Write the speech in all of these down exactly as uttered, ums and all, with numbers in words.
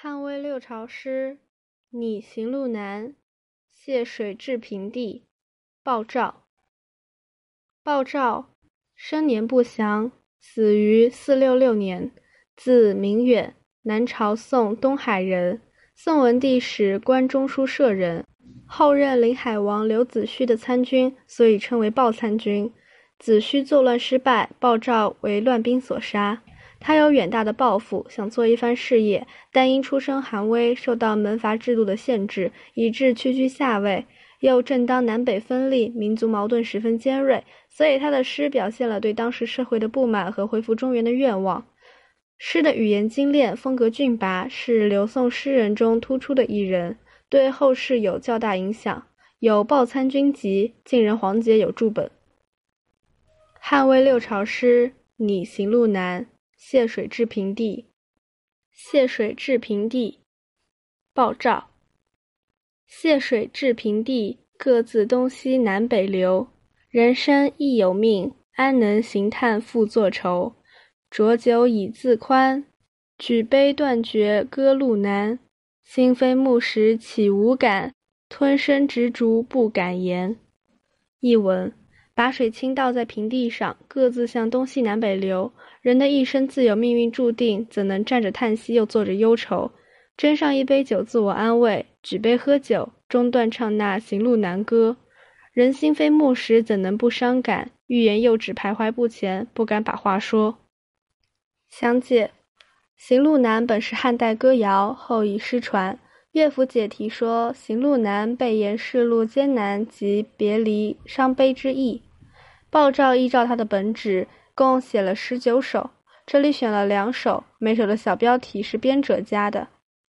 汉魏六朝诗，拟行路难，泄水至平地。鲍照。鲍照，生年不详，死于四六六年，字明远，南朝宋东海人，宋文帝时官中书舍人，后任临海王刘子胥的参军，所以称为鲍参军。子胥作乱失败，鲍照为乱兵所杀。他有远大的抱负，想做一番事业，但因出身寒微，受到门阀制度的限制，以致屈居下位。又正当南北分立，民族矛盾十分尖锐，所以他的诗表现了对当时社会的不满和恢复中原的愿望。诗的语言精炼，风格峻拔，是刘宋诗人中突出的一人，对后世有较大影响。有《鲍参军集》，晋人黄杰有注本。汉魏六朝诗，拟行路难，泄水至平地。泄水至平地，鲍照。泄水至平地，各自东西南北流。人生亦有命，安能行叹复作愁？浊酒已自宽，举杯断绝歌路难。心非木石岂无感？吞声执烛不敢言。译文：把水倾倒在平地上，各自向东西南北流。人的一生自有命运注定，怎能站着叹息又坐着忧愁？斟上一杯酒自我安慰，举杯喝酒，中断唱那行路难歌。人心非木石，怎能不伤感？欲言又止徘徊不前，不敢把话说。详解：行路难本是汉代歌谣，后已失传。乐府解题说，行路难备言世路艰难及别离伤悲之意。鲍照依照他的本旨，共写了十九首，这里选了两首，每首的小标题是编者加的。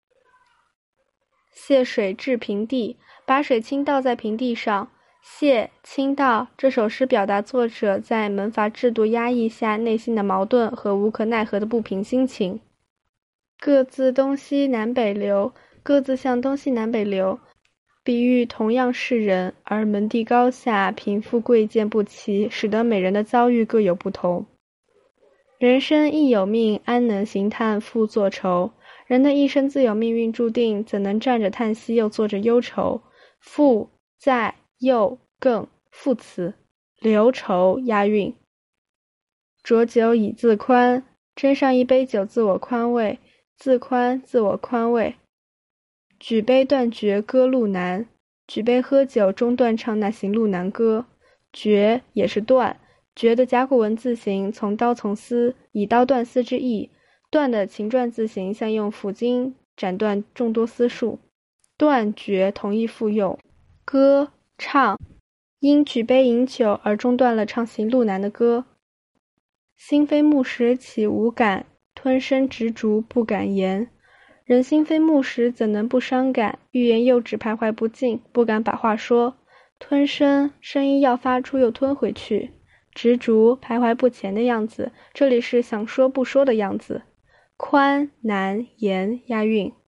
泄水至平地，把水倾倒在平地上。泄、倾倒，这首诗表达作者在门阀制度压抑下内心的矛盾和无可奈何的不平心情。各自东西南北流，各自向东西南北流，比喻同样是人，而门第高下、贫富贵贱不齐，使得每人的遭遇各有不同。人生亦有命，安能行叹复作愁？人的一生自有命运注定，怎能站着叹息又坐着忧愁？复、在、又、更，副词，流愁押韵。浊酒已自宽，斟上一杯酒自我宽慰，自宽自我宽慰。举杯断绝歌路难，举杯喝酒中断唱那行路难歌。绝也是断，绝的甲骨文字形从刀从丝，以刀断丝之意。断的琴篆字形像用斧茎斩断众多丝树。断绝同义复用。歌，唱，因举杯饮酒而中断了唱行路难的歌。心非木石岂无感？吞声执烛不敢言。人心非木石，怎能不伤感？欲言又止徘徊不进，不敢把话说。吞声，声音要发出又吞回去。执烛，徘徊不前的样子，这里是想说不说的样子。宽、难、言押韵。